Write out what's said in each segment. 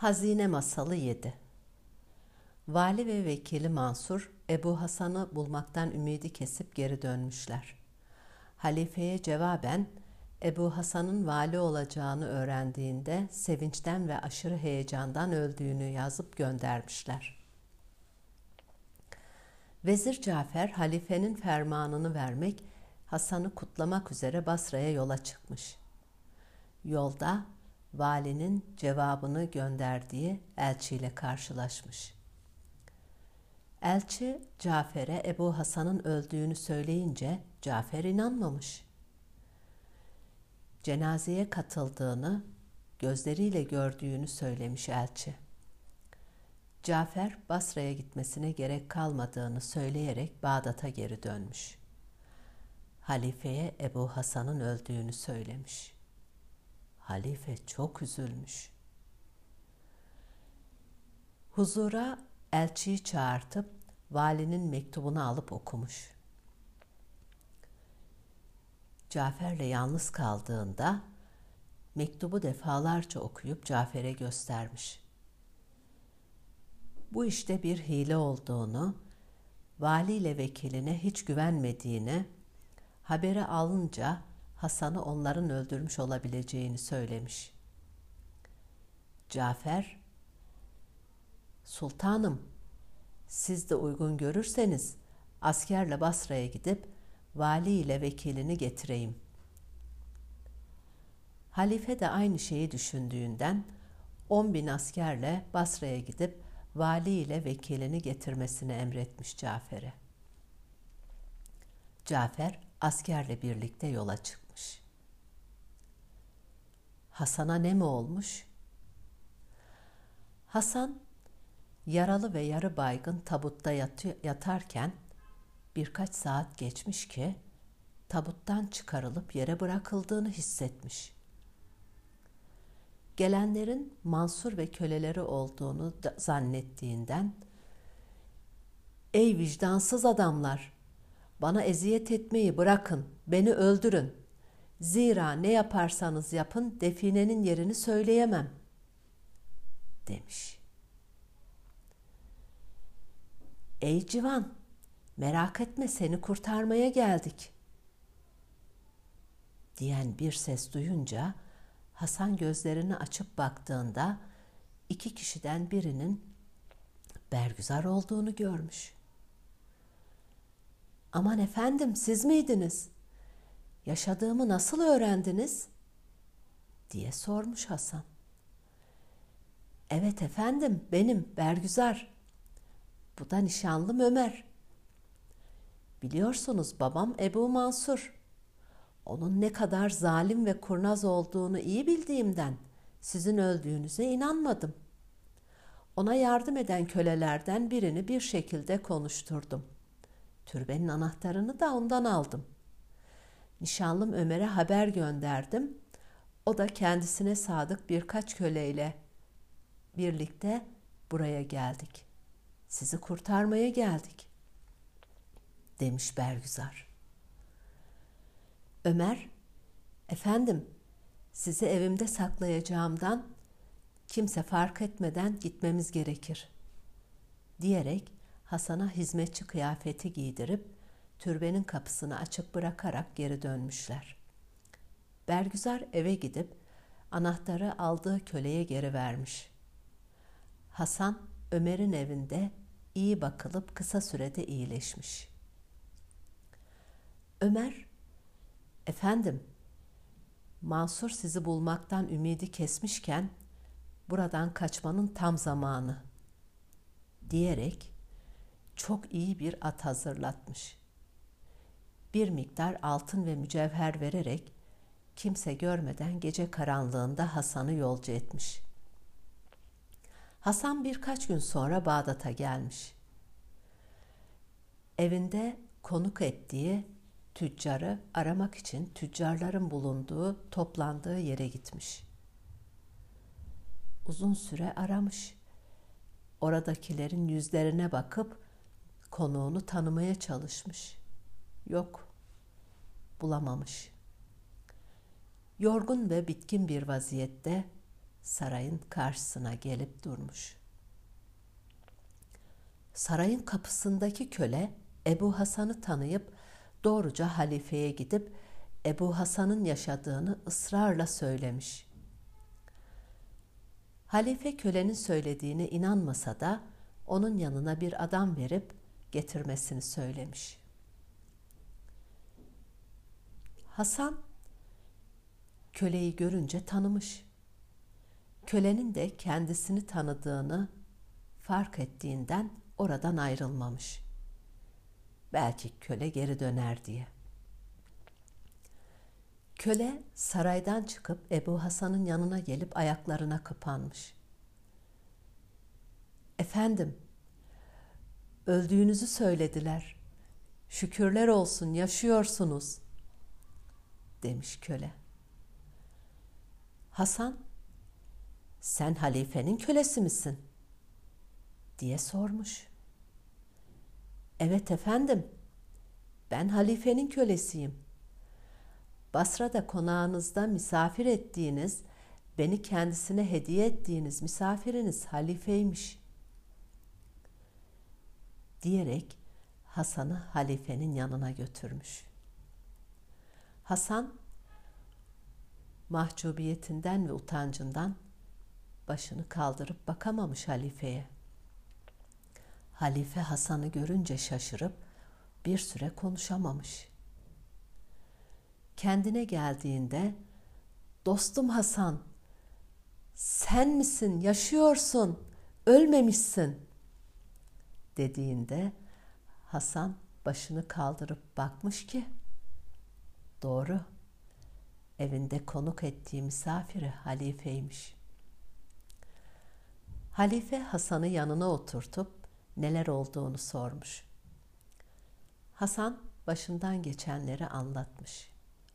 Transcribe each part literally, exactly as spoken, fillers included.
Hazine Masalı yedi. Vali ve vekili Mansur, Ebu Hasan'ı bulmaktan ümidi kesip geri dönmüşler. Halifeye cevaben, Ebu Hasan'ın vali olacağını öğrendiğinde sevinçten ve aşırı heyecandan öldüğünü yazıp göndermişler. Vezir Cafer, halifenin fermanını vermek, Hasan'ı kutlamak üzere Basra'ya yola çıkmış. Yolda valinin cevabını gönderdiği elçiyle karşılaşmış. Elçi Cafer'e Ebu Hasan'ın öldüğünü söyleyince Cafer inanmamış. Cenazeye katıldığını, gözleriyle gördüğünü söylemiş elçi. Cafer Basra'ya gitmesine gerek kalmadığını söyleyerek Bağdat'a geri dönmüş. Halifeye Ebu Hasan'ın öldüğünü söylemiş. Halife çok üzülmüş. Huzura elçiyi çağırtıp valinin mektubunu alıp okumuş. Cafer'le yalnız kaldığında mektubu defalarca okuyup Cafer'e göstermiş. Bu işte bir hile olduğunu, valiyle vekiline hiç güvenmediğini, haberi alınca Hasan'ı onların öldürmüş olabileceğini söylemiş. Cafer, "Sultanım, siz de uygun görürseniz askerle Basra'ya gidip vali ile vekilini getireyim." Halife de aynı şeyi düşündüğünden on bin askerle Basra'ya gidip vali ile vekilini getirmesini emretmiş Cafer'e. Cafer askerle birlikte yola çıkmış. Hasan'a ne mi olmuş? Hasan yaralı ve yarı baygın tabutta yatarken birkaç saat geçmiş ki tabuttan çıkarılıp yere bırakıldığını hissetmiş. Gelenlerin Mansur ve köleleri olduğunu zannettiğinden "Ey vicdansız adamlar! Bana eziyet etmeyi bırakın, beni öldürün. Zira ne yaparsanız yapın definenin yerini söyleyemem," demiş. "Ey civan, merak etme, seni kurtarmaya geldik," diyen bir ses duyunca Hasan gözlerini açıp baktığında iki kişiden birinin Bergüzar olduğunu görmüş. "Aman efendim, siz miydiniz? Yaşadığımı nasıl öğrendiniz?" diye sormuş Hasan. "Evet efendim, benim Bergüzar. Bu da nişanlım Ömer. Biliyorsunuz babam Ebu Mansur. Onun ne kadar zalim ve kurnaz olduğunu iyi bildiğimden sizin öldüğünüze inanmadım. Ona yardım eden kölelerden birini bir şekilde konuşturdum. Türbenin anahtarını da ondan aldım. Nişanlım Ömer'e haber gönderdim. O da kendisine sadık birkaç köleyle birlikte buraya geldik. Sizi kurtarmaya geldik," demiş Bergüzar. Ömer, "Efendim, sizi evimde saklayacağımdan kimse fark etmeden gitmemiz gerekir," diyerek Hasan'a hizmetçi kıyafeti giydirip türbenin kapısını açık bırakarak geri dönmüşler. Bergüzar eve gidip anahtarı aldığı köleye geri vermiş. Hasan, Ömer'in evinde iyi bakılıp kısa sürede iyileşmiş. Ömer, "Efendim, Mansur sizi bulmaktan ümidi kesmişken buradan kaçmanın tam zamanı," diyerek çok iyi bir at hazırlatmış. Bir miktar altın ve mücevher vererek kimse görmeden gece karanlığında Hasan'ı yolcu etmiş. Hasan birkaç gün sonra Bağdat'a gelmiş. Evinde konuk ettiği tüccarı aramak için tüccarların bulunduğu, toplandığı yere gitmiş. Uzun süre aramış. Oradakilerin yüzlerine bakıp konuğunu tanımaya çalışmış. Yok, bulamamış. Yorgun ve bitkin bir vaziyette sarayın karşısına gelip durmuş. Sarayın kapısındaki köle Ebu Hasan'ı tanıyıp doğruca halifeye gidip Ebu Hasan'ın yaşadığını ısrarla söylemiş. Halife kölenin söylediğine inanmasa da onun yanına bir adam verip getirmesini söylemiş. Hasan köleyi görünce tanımış. Kölenin de kendisini tanıdığını fark ettiğinden oradan ayrılmamış. Belki köle geri döner diye. Köle saraydan çıkıp Ebu Hasan'ın yanına gelip ayaklarına kapanmış. "Efendim, öldüğünüzü söylediler. Şükürler olsun, yaşıyorsunuz," demiş köle. Hasan, "Sen halifenin kölesi misin?" diye sormuş. "Evet efendim, ben halifenin kölesiyim. Basra'da konağınızda misafir ettiğiniz, beni kendisine hediye ettiğiniz misafiriniz halifeymiş," diyerek Hasan'ı halifenin yanına götürmüş. Hasan, mahcubiyetinden ve utancından başını kaldırıp bakamamış halifeye. Halife Hasan'ı görünce şaşırıp bir süre konuşamamış. Kendine geldiğinde, "Dostum Hasan, sen misin, yaşıyorsun, ölmemişsin," dediğinde Hasan başını kaldırıp bakmış ki, doğru, evinde konuk ettiği misafiri halifeymiş. Halife Hasan'ı yanına oturtup neler olduğunu sormuş. Hasan başından geçenleri anlatmış.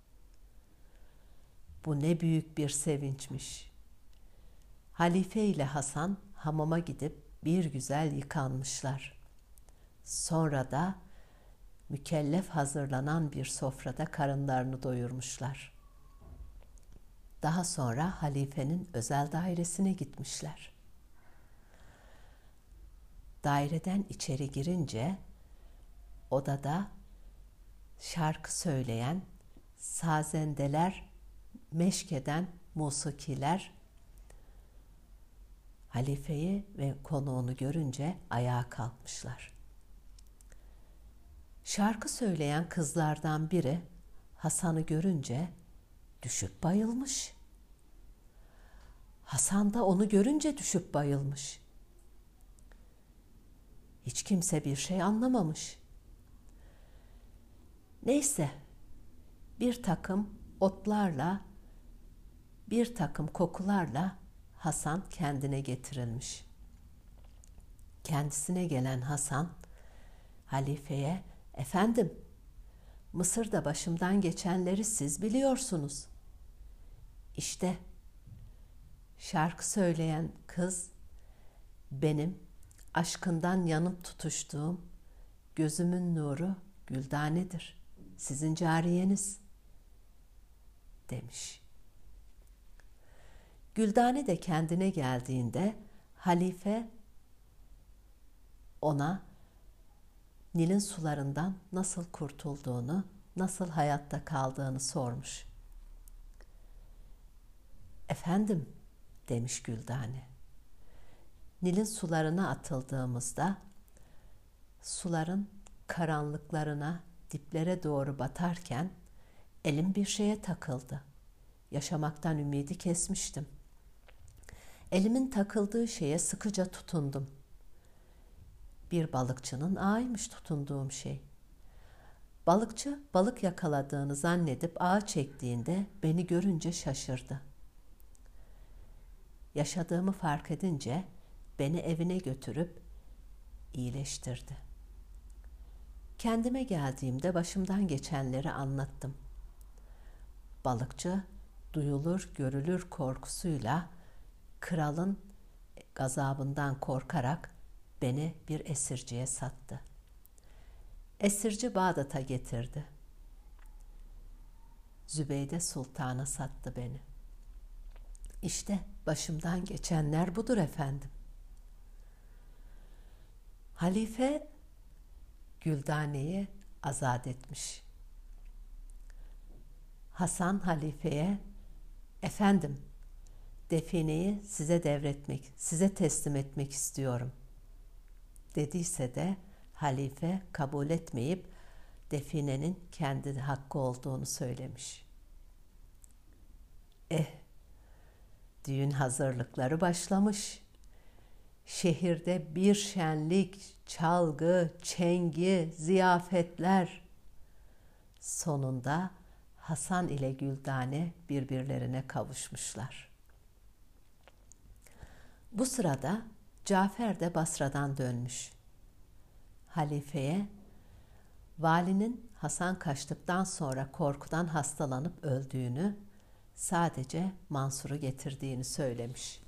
Bu ne büyük bir sevinçmiş. Halife ile Hasan hamama gidip bir güzel yıkanmışlar. Sonra da mükellef hazırlanan bir sofrada karınlarını doyurmuşlar. Daha sonra halifenin özel dairesine gitmişler. Daireden içeri girince odada şarkı söyleyen, sazendeler, meşkeden musikiler halifeyi ve konuğunu görünce ayağa kalkmışlar. Şarkı söyleyen kızlardan biri Hasan'ı görünce düşüp bayılmış. Hasan da onu görünce düşüp bayılmış. Hiç kimse bir şey anlamamış. Neyse, bir takım otlarla, bir takım kokularla Hasan kendine getirilmiş. Kendisine gelen Hasan, halifeye, "Efendim, Mısır'da başımdan geçenleri siz biliyorsunuz. İşte şarkı söyleyen kız benim aşkından yanıp tutuştuğum gözümün nuru Güldane'dir. Sizin cariyeniz," demiş. Güldane de kendine geldiğinde halife ona Nil'in sularından nasıl kurtulduğunu, nasıl hayatta kaldığını sormuş. "Efendim," demiş Güldane, "Nil'in sularına atıldığımızda suların karanlıklarına, diplere doğru batarken elim bir şeye takıldı. Yaşamaktan ümidi kesmiştim. Elimin takıldığı şeye sıkıca tutundum. Bir balıkçının ağıymış tutunduğum şey. Balıkçı balık yakaladığını zannedip ağa çektiğinde beni görünce şaşırdı. Yaşadığımı fark edince beni evine götürüp iyileştirdi. Kendime geldiğimde başımdan geçenleri anlattım. Balıkçı duyulur görülür korkusuyla kralın gazabından korkarak beni bir esirciye sattı. Esirci Bağdat'a getirdi. Zübeyde Sultan'a sattı beni. İşte başımdan geçenler budur efendim. Halife Güldane'yi azat etmiş. Hasan halifeye, efendim, defineyi size devretmek, size teslim etmek istiyorum dediyse de halife kabul etmeyip definenin kendi hakkı olduğunu söylemiş. Eh, düğün hazırlıkları başlamış. Şehirde bir şenlik, çalgı, çengi, ziyafetler. Sonunda Hasan ile Güldane birbirlerine kavuşmuşlar. Bu sırada Cafer de Basra'dan dönmüş. Halifeye, valinin Hasan kaçtıktan sonra korkudan hastalanıp öldüğünü, sadece Mansur'u getirdiğini söylemiş.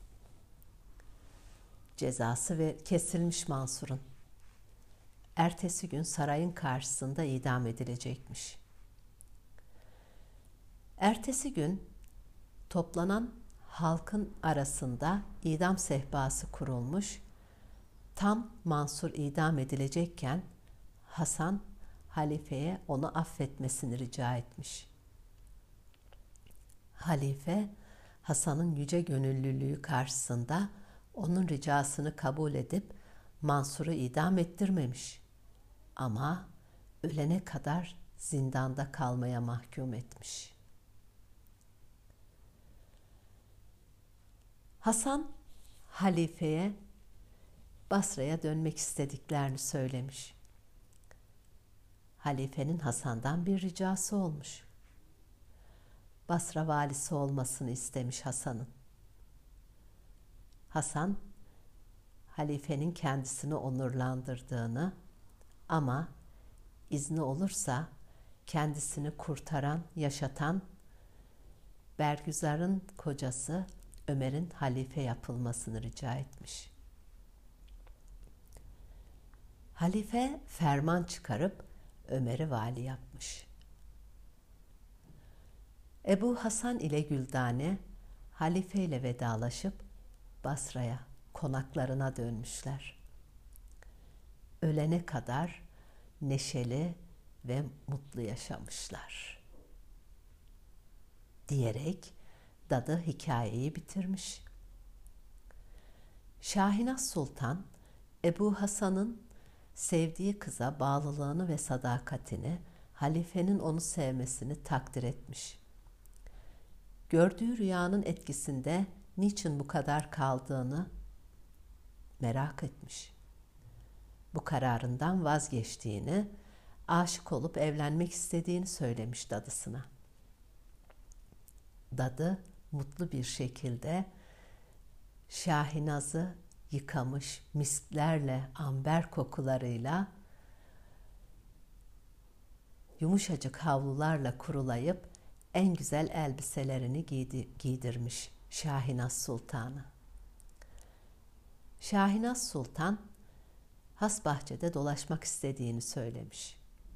Cezası ve kesilmiş Mansur'un. Ertesi gün sarayın karşısında idam edilecekmiş. Ertesi gün toplanan halkın arasında idam sehpası kurulmuş. Tam Mansur idam edilecekken Hasan halifeye onu affetmesini rica etmiş. Halife Hasan'ın yüce gönüllülüğü karşısında onun ricasını kabul edip Mansur'u idam ettirmemiş. Ama ölene kadar zindanda kalmaya mahkum etmiş. Hasan halifeye Basra'ya dönmek istediklerini söylemiş. Halifenin Hasan'dan bir ricası olmuş. Basra valisi olmasını istemiş Hasan'ın. Hasan, halifenin kendisini onurlandırdığını ama izni olursa kendisini kurtaran, yaşatan Bergüzar'ın kocası Ömer'in halife yapılmasını rica etmiş. Halife ferman çıkarıp Ömer'i vali yapmış. Ebu Hasan ile Güldane halife ile vedalaşıp Basra'ya, konaklarına dönmüşler. Ölene kadar neşeli ve mutlu yaşamışlar diyerek Dadı hikayeyi bitirmiş. Şahinaz Sultan, Ebu Hasan'ın sevdiği kıza bağlılığını ve sadakatini, halifenin onu sevmesini takdir etmiş. Gördüğü rüyanın etkisinde niçin bu kadar kaldığını merak etmiş. Bu kararından vazgeçtiğini, aşık olup evlenmek istediğini söylemiş dadısına. Dadı mutlu bir şekilde Şahinaz'ı yıkamış, misklerle, amber kokularıyla, yumuşacık havlularla kurulayıp en güzel elbiselerini giydi, giydirmiş Şahinaz Sultan'ı. Şahinaz Sultan has bahçede dolaşmak istediğini söylemiş.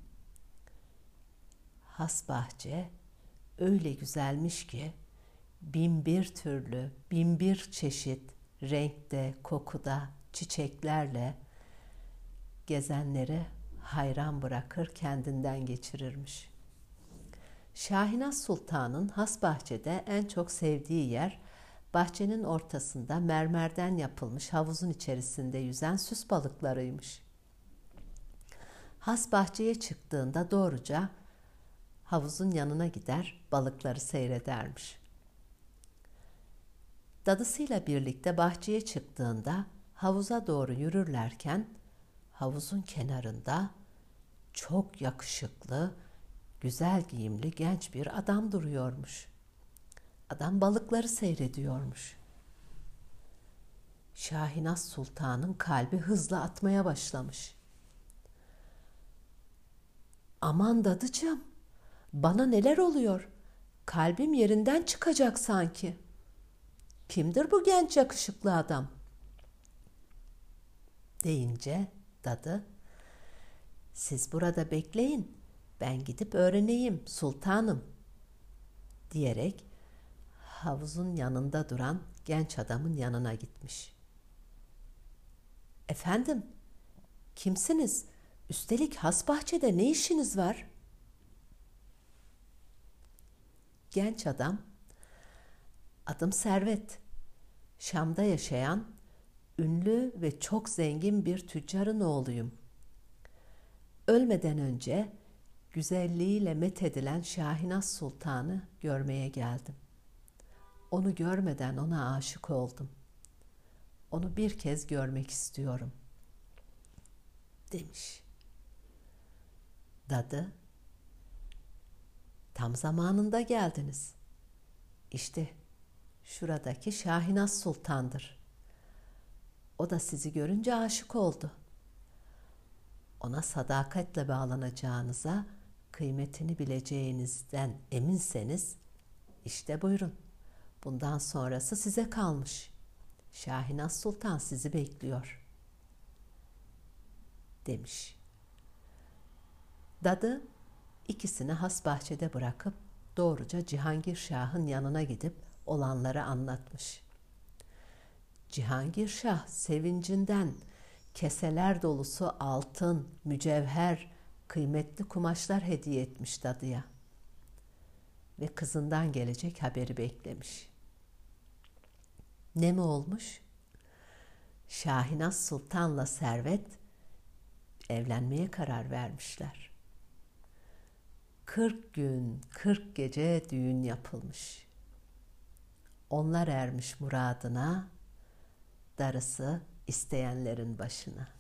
Has bahçe öyle güzelmiş ki bin bir türlü, bin bir çeşit renkte, kokuda, çiçeklerle gezenleri hayran bırakır, kendinden geçirirmiş. Şahinaz Sultan'ın has bahçede en çok sevdiği yer, bahçenin ortasında mermerden yapılmış havuzun içerisinde yüzen süs balıklarıymış. Has bahçeye çıktığında doğruca havuzun yanına gider, balıkları seyredermiş. Dadısıyla birlikte bahçeye çıktığında havuza doğru yürürlerken havuzun kenarında çok yakışıklı, güzel giyimli genç bir adam duruyormuş. Adam balıkları seyrediyormuş. Şahinaz Sultan'ın kalbi hızla atmaya başlamış. Aman dadıcığım, bana neler oluyor? Kalbim yerinden çıkacak sanki. Kimdir bu genç yakışıklı adam? Deyince dadı, siz burada bekleyin, ben gidip öğreneyim sultanım diyerek havuzun yanında duran genç adamın yanına gitmiş. Efendim, kimsiniz? Üstelik hasbahçede ne işiniz var? Genç adam, adım Servet. Şam'da yaşayan ünlü ve çok zengin bir tüccarın oğluyum. Ölmeden önce güzelliğiyle methedilen Şahinaz Sultan'ı görmeye geldim. Onu görmeden ona aşık oldum. Onu bir kez görmek istiyorum, demiş. Dadı, tam zamanında geldiniz. İşte şuradaki Şahinaz Sultan'dır. O da sizi görünce aşık oldu. Ona sadakatle bağlanacağınıza, kıymetini bileceğinizden eminseniz, işte buyurun. Bundan sonrası size kalmış. Şahinaz Sultan sizi bekliyor, demiş. Dadı ikisini hasbahçede bırakıp doğruca Cihangir Şah'ın yanına gidip olanları anlatmış. Cihangir Şah sevincinden keseler dolusu altın, mücevher, kıymetli kumaşlar hediye etmiş dadıya ve kızından gelecek haberi beklemiş. Ne mi olmuş? Şahinaz Sultan'la Servet evlenmeye karar vermişler. Kırk gün, kırk gece düğün yapılmış. Onlar ermiş muradına, darısı isteyenlerin başına.